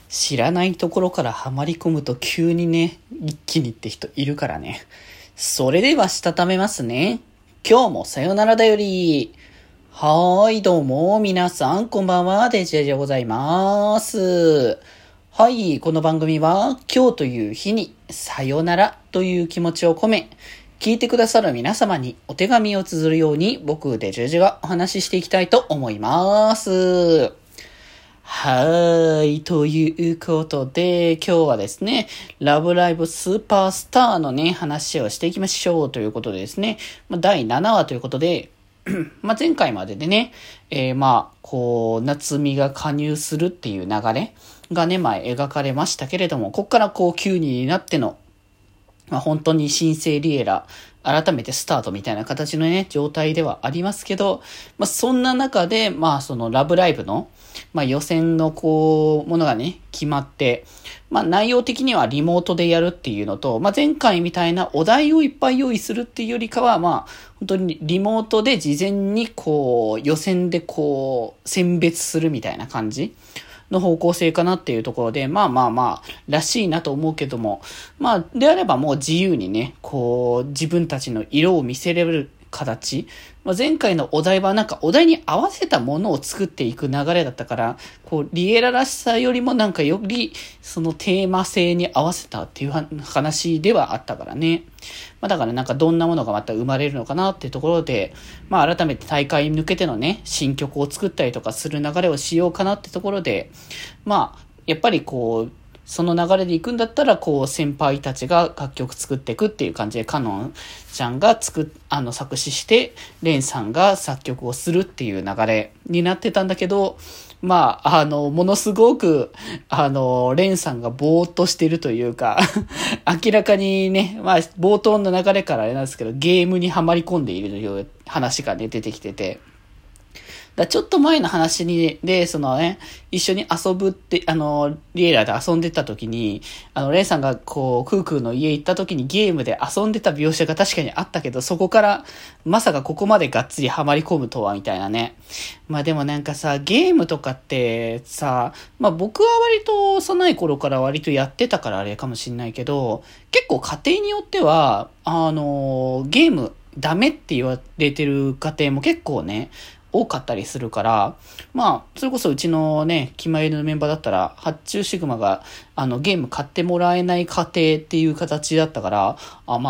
知らないところからはまり込むと急にね、一気にって人いるからね。それではしたためますね。今日もさよならだより。はーい、どうも、皆さん、こんばんは、デジェジでございます。はい、この番組は、今日という日に、さよならという気持ちを込め、聞いてくださる皆様にお手紙を綴るように、僕、デジェジがお話ししていきたいと思います。はーい。ということで、今日はですね、ラブライブスーパースターのね、話をしていきましょうということでですね、第7話ということで、前回まででね、夏美が加入するっていう流れがね、描かれましたけれども、ここから9人になっての、本当に新生リエラ、改めてスタートみたいな形のね、状態ではありますけど、そんな中で、そのラブライブの、予選のものがね、決まって、内容的にはリモートでやるっていうのと、前回みたいなお題をいっぱい用意するっていうよりかは、本当にリモートで事前に予選で選別するみたいな感じの方向性かなっていうところで、らしいなと思うけども、であればもう自由にね、自分たちの色を見せれる形。前回のお題はお題に合わせたものを作っていく流れだったから、リエラらしさよりもよりそのテーマ性に合わせたっていう話ではあったからね。だからどんなものがまた生まれるのかなっていうところで、改めて大会に向けてのね、新曲を作ったりとかする流れをしようかなってところで、やっぱりその流れで行くんだったら、先輩たちが楽曲作っていくっていう感じで、カノンちゃんが作詞して、レンさんが作曲をするっていう流れになってたんだけど、ものすごく、レンさんがぼーっとしてるというか、明らかにね、冒頭の流れからあれなんですけど、ゲームにはまり込んでいるという話がね、出てきてて、ちょっと前の話で、一緒に遊ぶって、リエラで遊んでた時に、レイさんがクークーの家行った時にゲームで遊んでた描写が確かにあったけど、そこから、まさかここまでがっつりハマり込むとは、みたいなね。でもゲームとかってさ、僕は割と幼い頃から割とやってたからあれかもしんないけど、結構家庭によっては、ゲームダメって言われてる家庭も結構ね、多かったりするから、それこそうちのね、気前のメンバーだったら、発注シグマが、ゲーム買ってもらえない家庭っていう形だったから、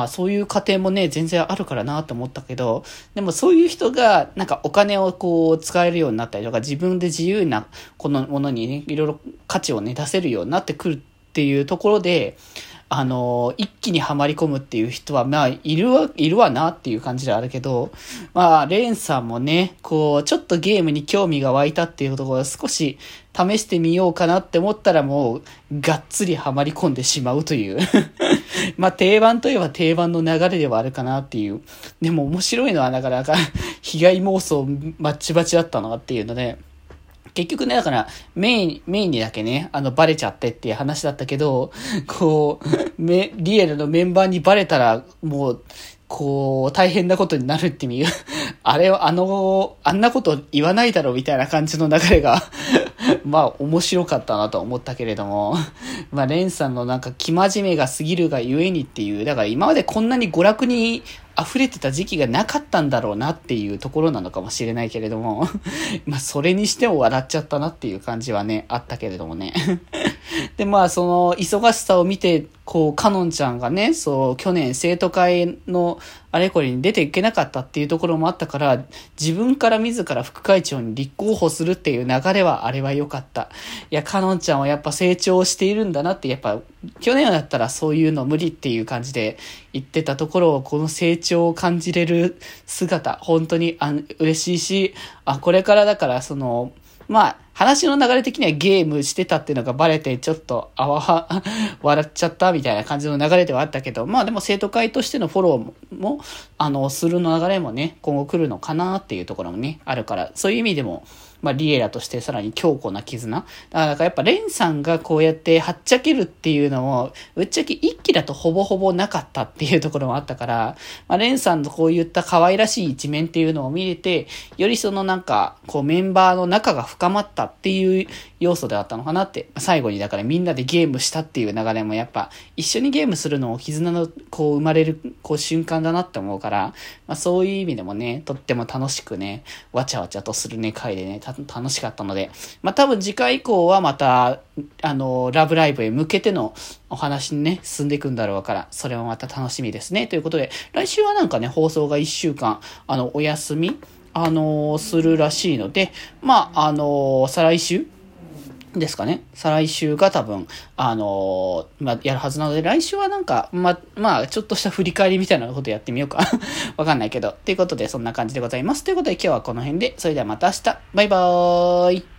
そういう家庭もね、全然あるからなと思ったけど、でもそういう人が、お金を使えるようになったりとか、自分で自由な、このものにね、いろいろ価値をね、出せるようになってくるっていうところで、一気にはまり込むっていう人は、いるわなっていう感じであるけど、レンさんもね、ちょっとゲームに興味が湧いたっていうところを少し試してみようかなって思ったらもう、がっつりはまり込んでしまうという。定番といえば定番の流れではあるかなっていう。でも面白いのはなかなか被害妄想バッチバチだったなっていうので、結局ね、だから、メインにだけね、バレちゃってっていう話だったけど、リエルのメンバーにバレたら、もう、大変なことになるっていう、あれを、あんなこと言わないだろうみたいな感じの流れが、面白かったなと思ったけれども、レンさんの生真面目が過ぎるがゆえにっていう、だから今までこんなに娯楽に溢れてた時期がなかったんだろうなっていうところなのかもしれないけれども、それにしても笑っちゃったなっていう感じはね、あったけれどもね。で、その忙しさを見て、カノンちゃんがね、去年生徒会のあれこれに出ていけなかったっていうところもあったから、自分から自ら副会長に立候補するっていう流れは、あれは良かった。いや、カノンちゃんはやっぱ成長しているんだなって、やっぱ、去年だったらそういうの無理っていう感じで言ってたところを、この成長を感じれる姿、本当に嬉しいし、これからだから話の流れ的にはゲームしてたっていうのがバレて、ちょっと、笑っちゃったみたいな感じの流れではあったけど、でも生徒会としてのフォローも、するの流れもね、今後来るのかなっていうところもね、あるから、そういう意味でも、 リエラとしてさらに強固な絆。だからやっぱレンさんがこうやってはっちゃけるっていうのも、ぶっちゃけ一期だとほぼほぼなかったっていうところもあったから、レンさんのこういった可愛らしい一面っていうのを見れて、よりそのメンバーの仲が深まったっていう要素であったのかなって、最後にだからみんなでゲームしたっていう流れもやっぱ、一緒にゲームするのを絆の生まれる瞬間だなって思うから、そういう意味でもね、とっても楽しくね、わちゃわちゃとするね、回でね、楽しかったので、多分次回以降はまた、ラブライブへ向けてのお話にね、進んでいくんだろうから、それもまた楽しみですね。ということで、来週は放送が1週間、お休み、するらしいので、再来週ですかね。再来週が多分、やるはずなので、来週はちょっとした振り返りみたいなことやってみようか。わかんないけど。ということで、そんな感じでございます。ということで、今日はこの辺で、それではまた明日。バイバーイ。